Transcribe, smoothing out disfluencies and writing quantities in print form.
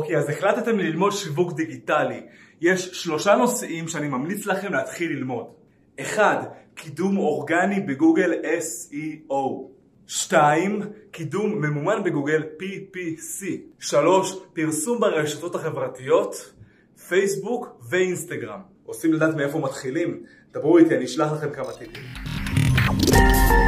אוקיי, אז החלטתם ללמוד שיווק דיגיטלי. יש 3 נושאים שאני ממליץ לכם להתחיל ללמוד. 1. קידום אורגני בגוגל SEO. 2. קידום ממומן בגוגל PPC. 3. פרסום ברשתות החברתיות, פייסבוק ואינסטגרם. רוצים לדעת מאיפה מתחילים? דברו איתי, אני אשלח לכם כמה טיפים.